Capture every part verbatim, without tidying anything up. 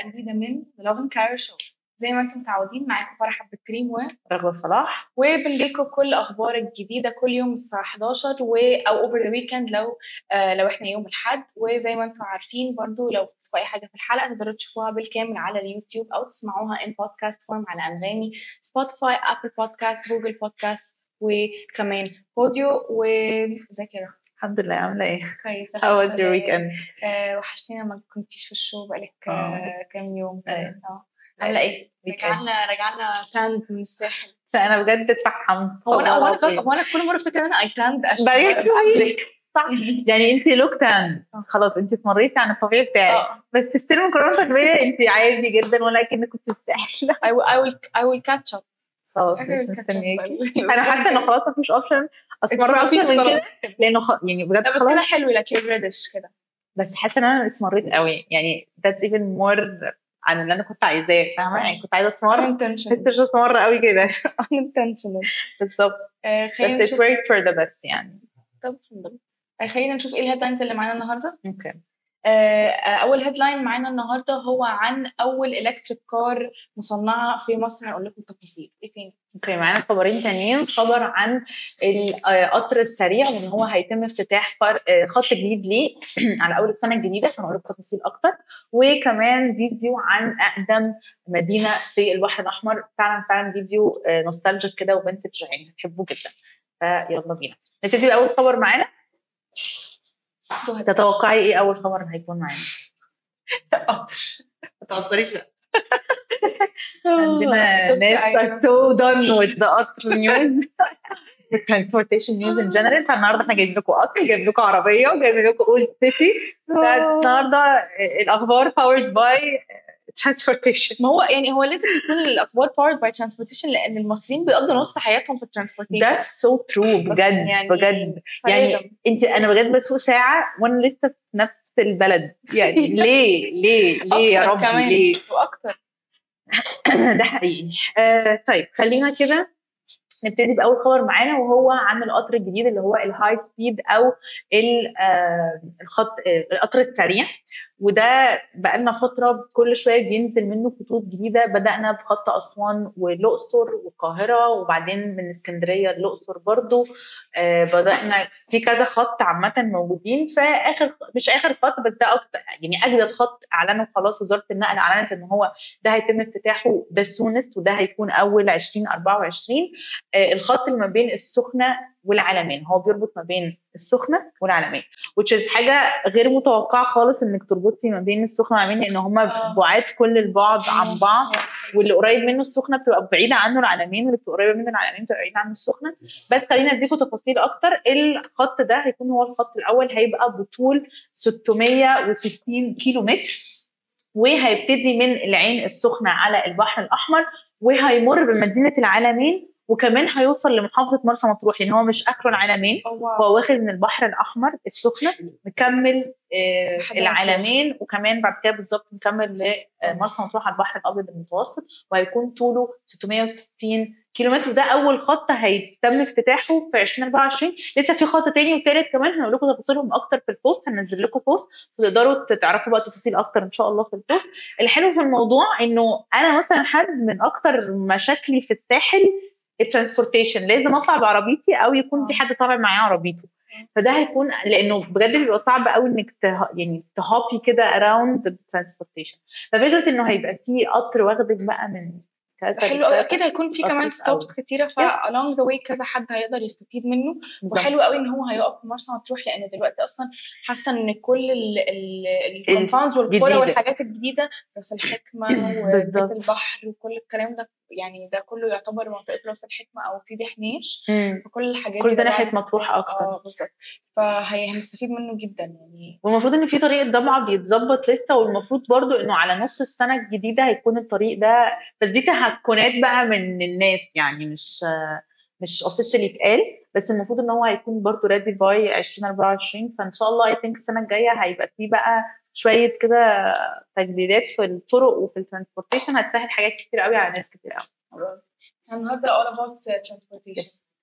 حلقة جديدة من The Love and Cairo Show. زي ما انتم متعودين معاكم فرح عبد الكريم ورغدة صلاح، وبنجيلكم كل اخبار الجديده كل يوم الساعه حداشر و او اوفر ذا ويكند لو آه لو احنا يوم الاحد. وزي ما انتم عارفين برضو لو في اي حاجه في الحلقه تقدروا تشوفوها بالكامل على اليوتيوب او تسمعوها ان بودكاست فورم على انغامي، سبوتيفاي، ابل بودكاست، جوجل بودكاست، وكمان بوديو. وازيك يا رغدة؟ الحمد لله. عامله ايه؟ كويسه. How was your weekend؟ آه وحشتينا ما كنتيش في الشو بقالك آه كام يوم كده. أيوة. اه عامله ايه؟ weekend. رجعنا رجعنا تاند من الساحل. فانا بجد اتفحمت. هو انا هو انا هو انا كل مره افتكر ان انا اي تاند بقابلك صح. يعني انت لوك تان خلاص، انت استمريتي عن الطبيعي بتاعك، بس تستلمي مقارنه تكمله انت عادي جدا ولكنك كنت في الساحل. I will I will I will catch up. خلاص مش مستنياكي. انا حاسه ان خلاص مفيش اوبشن اسمر اكتر من كده، لانه خ... يعني بجد بس خلاص كده حلو لك ريدش كده. بس حاسه ان انا اسمريت قوي، يعني that's even more عن اللي انا كنت عايزاه، فاهمه؟ يعني كنت عايزه اسمر بس مش اسمر قوي كده. unintentional بالظبط. آه خلينا بس it worked for the best يعني. طب الحمد لله. آه خلينا نشوف ايه الهيدلاينز اللي معانا النهارده. اوكي okay. آه اول هيدلاين معانا النهارده هو عن اول الكتريك كار مصنعه في مصر. هقول لكم تفاصيل ايه تاني. اوكي okay. معانا خبرين تانيين. خبر عن القطر السريع وان هو هيتم افتتاح خط جديد ليه على اول السنه الجديده، هنقول لكم تفاصيل اكتر. وكمان فيديو عن اقدم مدينه في البحر الاحمر. فعلا فعلا فيديو نوستالجيك كده وفينتج، يعني هتحبوه جدا. فيلا بينا نبتدي باول خبر معانا. تتوقعي ايه اول خبر هيكون معانا؟ قطر. ما تهزريش بقى. عندنا ناس are so done with the قطر news with transportation news in general. فالنهارده احنا جايبين لكم قطر، جايبين لكم عربيه، وجايبين لكم اولد سيتي. فالنهارده الاخبار powered by transportation. ما هو يعني هو لازم يكون الاخبار powered by transportation لان المصريين بيقضوا نص حياتهم في الترانسبورتيشن. That's so true بجد يعني بجد يعني انت انا بجد بسوق ساعه وانا لسه في نفس البلد. يعني ليه ليه ليه يا ربي ليه واكتر. ده حقيقي. آه طيب خلينا كده نبتدي باول خبر معانا، وهو عن القطر الجديد اللي هو الهاي سبيد او الخط القطر السريع. وده بقالنا فتره كل شويه بينزل منه خطوط جديده. بدانا بخط اسوان والاقصر والقاهره، وبعدين من اسكندريه للاقصر برضو. آه بدانا في كذا خط عامه موجودين. فاخر مش اخر خط بس ده اكتر يعني اجدد خط اعلنوا خلاص. وزاره النقل اعلنت ان هو ده هيتم افتتاحه ده سونست، وده هيكون اول عشرين أربعة وعشرين. آه الخط اللي ما بين السخنه والعلمين، هو بيربط ما بين السخنه والعلمين، which is حاجه غير متوقعه خالص انك تربطي ما بين السخنه والعلمين، لان هما بعاد كل البعد عن بعض. واللي قريب منه السخنه بتبقى بعيده عنه العلمين، واللي بتبقى قريبه منه العلمين بتبقى بعيده عنه السخنه. بس خلينا اديكم تفاصيل اكتر. الخط ده هيكون هو الخط الاول، هيبقى بطول ستمية وستين كيلو متر، وهيبتدي من العين السخنه على البحر الاحمر، وهيمر بمدينه العلمين، وكمان هيوصل لمحافظه مرسى مطروح. يعني هو مش اخره العلمين، هو واخد من البحر الاحمر السخنه مكمل آه العلمين، وكمان بعد كده بالظبط مكمل لمرسى مطروح على البحر الابيض المتوسط، وهيكون طوله ستمية وستين كيلومتر. ده اول خط هيتم افتتاحه في عشرين أربعة وعشرين. لسه في خط تاني وثالث كمان هنقول لكم تفاصيلهم اكتر في البوست. هننزل لكم بوست وتقدروا تعرفوا بقى تفاصيل اكتر ان شاء الله في البوست. الحلو في الموضوع انه انا مثلا حد من اكتر مشاكلي في الساحل الترانسبورتيشن، لازم اطلع بعربيتي او يكون في حد طالع معايا عربيته. فده هيكون لانه بجد بيبقى صعب قوي انك ته... يعني تهابي كده اراوند الترانسبورتيشن. ففكره انه هيبقى في قطر واخدك بقى من كذا حلو قوي. اكيد هيكون في كمان ستوبس كتيره، ف along the way كذا حد هيقدر يستفيد منه. وحلو قوي ان هو هيقف في مرسى مطروح، لان دلوقتي اصلا حاسه ان كل الكومباوندز والقرى والحاجات الجديده، راس الحكمه وبيت البحر وكل الكلام ده، يعني ده كله يعتبر منطقه راس الحكمه او سيدي حنيش. فكل الحاجات كل ده ناحيه مطروح اكتر. اه بالظبط. فهنستفيد منه جدا يعني. والمفروض ان في طريق ضبعه بيتظبط لسه، والمفروض برضو انه على نص السنه الجديده هيكون الطريق ده، بس دي تهكنات بقى من الناس يعني مش مش اوفيشالي اتقال. بس المفروض ان هو هيكون برضو ريدي باي عشرين أربعة وعشرين. فان شاء الله اي ثينك السنه الجايه هيبقى فيه بقى شويه كده تجديدات في الطرق وفي الترانسبورتيشن، هتسهل حاجات كتير قوي على ناس كتير قوي. النهارده all about transportation.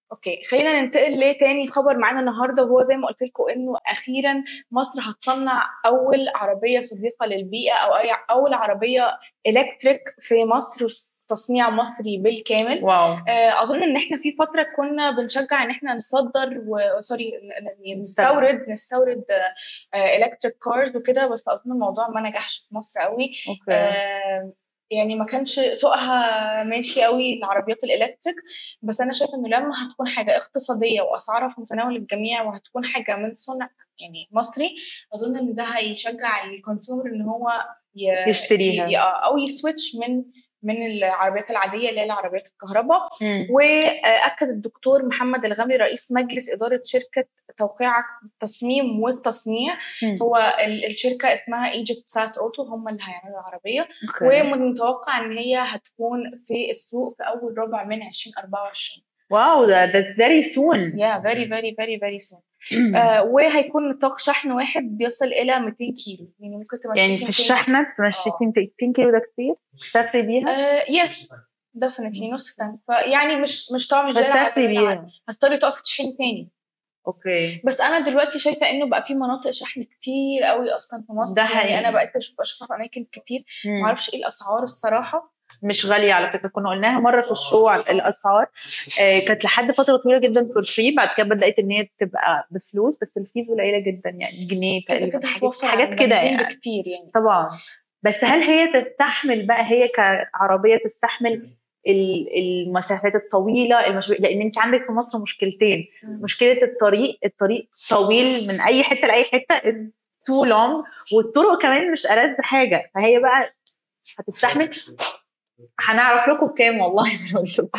اوكي خلينا ننتقل لتاني خبر معانا النهارده، وهو زي ما قلت لكم انه اخيرا مصر هتصنع اول عربيه صديقه للبيئه او اي اول عربيه الكتريك في مصر، تصنيع مصري بالكامل. واو. آه اظن ان احنا في فتره كنا بنشجع ان احنا نصدر وسوري نستورد نستورد الكتريك كارز وكده، بس اظن الموضوع ما نجحش في مصر قوي. اوكي. آه يعني ما كانش سوقها ماشي قوي العربيات الالكتريك، بس انا شايفه انه لما هتكون حاجه اقتصاديه واسعارها في متناول الجميع وهتكون حاجه من صنع يعني مصري، اظن ان ده هيشجع الكونسيومر ان هو ي... يشتريها ي... او يسويتش من من العربيات العاديه اللي هي العربيات الكهرباء. واكد الدكتور محمد الغمري رئيس مجلس اداره شركه توقيع التصميم والتصنيع، مم. هو الشركه اسمها ايجيبت سات اوتو، هم اللي هيعملوا العربيه. okay. ومتوقع ان هي هتكون في السوق في اول ربع من ألفين وأربعة وعشرين. واو ده that's very soon. yeah very very very very soon. آه وهيكون نطاق شحن واحد بيصل الى مئتين كيلو، يعني ممكن تمشي يعني في الشحنه تمشيكي مئتين كيلو، ده كتير تسافري بيها؟ يس ديفينتلي نص تانك، فيعني مش مش طبعا مش هتسافري بيها، هتضطري تقفي تشحني تاني. اوكي. بس انا دلوقتي شايفه انه بقى في مناطق شحن كتير قوي اصلا في مصر، ده يعني حقيقي. انا بقيت اشوف اشوف في اماكن كتير، ما اعرفش ايه الاسعار الصراحه، مش غاليه على فكره، كنا قلناها مره في الشو على الاسعار. آه كانت لحد فتره طويله جدا فور فري، بعد كده بدات ان هي تبقى بفلوس، بس الفيز قليله جدا يعني جنيه تقريبا، حاجات, حاجات كده يعني كتير يعني طبعا. بس هل هي تستحمل بقى، هي كعربيه تستحمل المسافات الطويله المشابه؟ لان انت عندك في مصر مشكلتين، مشكله الطريق الطريق طويل من اي حته لاي حته تو لونج، والطرق كمان مش ألذ حاجه، فهي بقى هتستحمل؟ هنعرف لكم بكام والله بنقول لكم.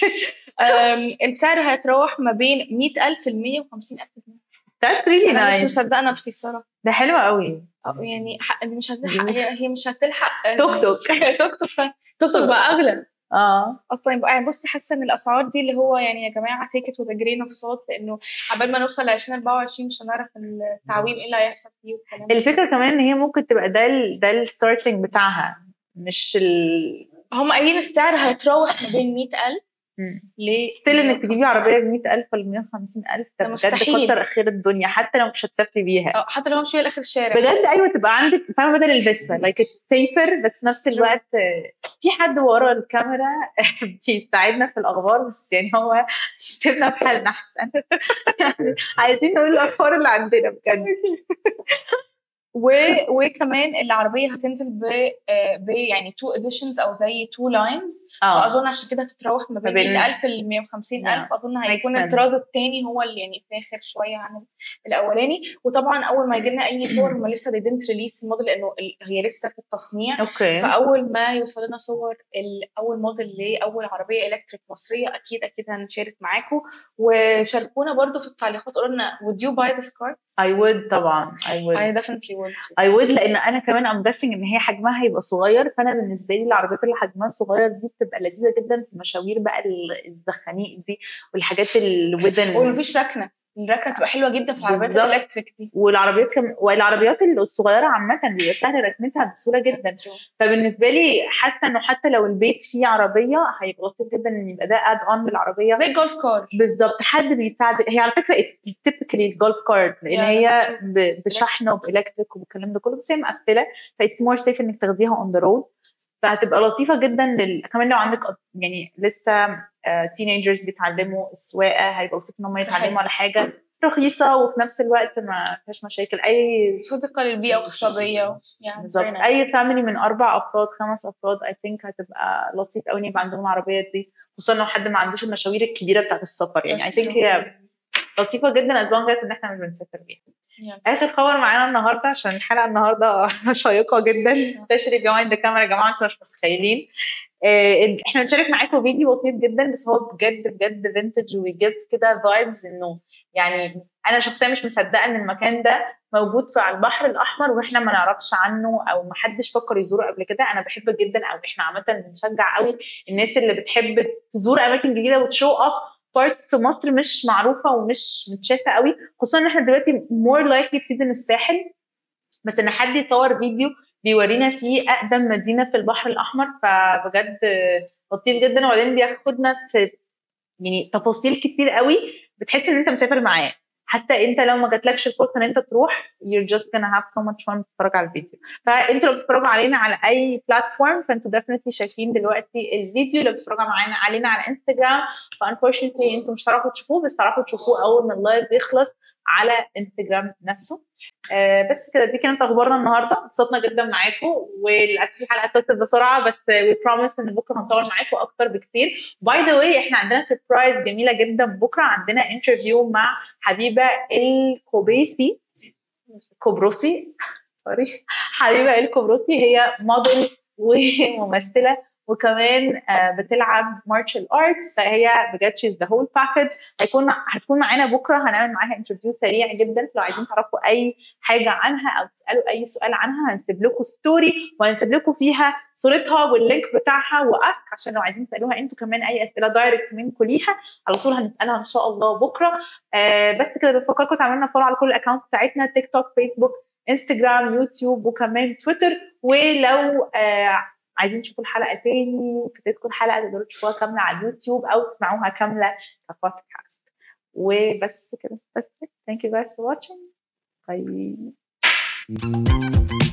السعر هيتراوح ما بين مئة ألف ل مئة وخمسين ألف جنيه. That's really أنا nice. مش مصدقه نفسي الصراحه، ده حلو قوي. يعني مش هتلحق، هي هي مش هتلحق توك توك توك توك توك توك بقى اغلى اه اصلا. يبقى يعني بصي حاسه ان الاسعار دي اللي هو يعني يا جماعه تيك ات وذ جرين اوف سولت، لانه عبال ما نوصل ل ألفين وأربعة وعشرين مش هنعرف التعويم ايه اللي هيحصل فيه والكلام. الفكره كمان ان هي ممكن تبقى ده ال ده الستارتنج بتاعها، مش ال هم قايلين السعر هيتراوح ما بين مئة ألف ليه ستيل انك تجيبي عربيه ب مئة ألف ولا مئة وخمسين ألف، ده بجد كتر خير الدنيا، حتى لو مش هتسافري بيها، حتى لو مش في اخر الشارع بجد. ايوه تبقى عندك فاهمه بدل الفيسبا لايك سيفر، بس نفس الوقت في حد ورا الكاميرا بيساعدنا في الاخبار، بس يعني هو سيبنا في حالنا احسن. عايزين نقول الاخبار اللي عندنا بجد. و... وكمان العربيه هتنزل ب ب يعني تو اديشنز او زي تو لاينز، فاظن عشان كده هتتراوح ما بين مئة ألف ل مئة وخمسين ألف. اظن هيكون الطراز الثاني هو اللي يعني فاخر شويه عن الاولاني. وطبعا اول ما يجي لنا اي صور، ما لسه دي دنت ريليس الموديل لانه هي لسه في التصنيع، أوكي. فاول ما يوصل لنا صور اول موديل لاول عربيه الكتريك مصريه اكيد اكيد هنشارك معاكم. وشاركونا برضو في التعليقات، قولوا لنا would you buy this car؟ I would طبعا I would I definitely would I would لأن أنا كمان I'm guessing إن هي حجمها هيبقى صغير، فأنا بالنسبة لي العربيات اللي حجمها صغير دي بتبقى لذيذة جدا في المشاوير بقى الزخانيق دي والحاجات الوذن، ومفيش ركنة، الركنه تبقى حلوه جدا في العربيات الالكتريك دي. والعربيات كم... والعربيات الصغيره عامه بيبقى سهل ركنتها بسهوله جدا. فبالنسبه لي حاسه انه حتى لو البيت فيه عربيه هيبقى لطيف جدا ان يبقى ده اد اون بالعربيه زي الجولف كار بالظبط، حد بيساعد. هي على فكره تيبيكالي الجولف كار لان هي ب... بشحن وبالكتريك وبالكلام ده كله، بس هي مقفله فايتس مور سيف انك تاخديها اون ذا رود، فهتبقى لطيفه جدا لل... كمان لو عندك يعني لسه تينيجرز uh, بيتعلموا السواقه، هيبقى لطيف ان هم يتعلموا على حاجه رخيصه وفي نفس الوقت ما فيهاش مشاكل، اي صديقه للبيئه واقتصاديه يعني بالظبط. اي فاميلي من اربع افراد خمس افراد اي ثينك هتبقى لطيف قوي ان يبقى عندهم العربيه دي، خصوصا لو حد ما عندوش المشاوير الكبيره بتاعت السفر، يعني اي ثينك هي لطيفه جدا از لونج ان احنا مش بنسافر بيها. yeah. اخر خبر معانا النهارده عشان الحلقه النهارده شيقه جدا سبيشالي بيهايند ذا كاميرا، يا جماعه انتوا مش متخيلين. اه احنا بنشارك معاكم فيديو بسيط جدا بس هو بجد بجد فينتج ويجيب كده فايبز، انه يعني انا شخصيا مش مصدقه ان المكان ده موجود في على البحر الاحمر واحنا ما نعرفش عنه او ما حدش فكر يزوره قبل كده. انا بحب جدا او احنا عامه بنشجع قوي الناس اللي بتحب تزور اماكن جديده وتشو اوف بارت في مصر مش معروفه ومش متشافه قوي، خصوصا ان احنا دلوقتي مور لايكلي في سيزون الساحل، بس ان حد يصور فيديو بيورينا فيه اقدم مدينه في البحر الاحمر، فبجد لطيف جدا. وبعدين بياخدنا في يعني تفاصيل كتير قوي بتحس ان انت مسافر معاه، حتى انت لو ما جاتلكش الفرصه ان انت تروح you're just gonna have so much fun تتفرج على الفيديو. فانتوا لو بتتفرجوا علينا على اي بلاتفورم فانتوا definitely شايفين دلوقتي الفيديو. لو بتتفرجوا معانا علينا على انستجرام فunfortunately انتوا مش هتعرفوا تشوفوه، بس تعرفوا تشوفوه اول ما اللايف يخلص على انستجرام نفسه. آه بس كده دي كانت اخبارنا النهارده، انبسطنا جدا معاكم، وللاسف الحلقه خلصت بسرعه، بس we promise ان بكره هنطول معاكم اكتر بكتير. باي ذا واي احنا عندنا سربرايز جميله جدا بكره، عندنا انترفيو مع حبيبه الكوبيسي كوبروسي سوري حبيبه الكوبروسي، هي موديل وممثله وكمان بتلعب مارشال ارتس، فهي بجد شيز ذا هول باكج. هيكون هتكون معانا بكره، هنعمل معاها انترفيو سريع جدا. لو عايزين تعرفوا اي حاجه عنها او تسالوا اي سؤال عنها هنسيب لكم ستوري وهنسيب لكم فيها صورتها واللينك بتاعها واسك، عشان لو عايزين تسالوها انتوا كمان اي اسئله دايركت منكم ليها على طول هنسالها ان شاء الله بكره. آه بس كده بفكركم تعملوا فولو على كل الاكونت بتاعتنا، تيك توك، فيسبوك، انستجرام، يوتيوب، وكمان تويتر. ولو آه عايزين تشوفوا الحلقه تاني فاتتكم الحلقه تقدروا تشوفوها كامله على اليوتيوب او تسمعوها كامله كبودكاست. وبس كده. Thank you guys for watching. Bye.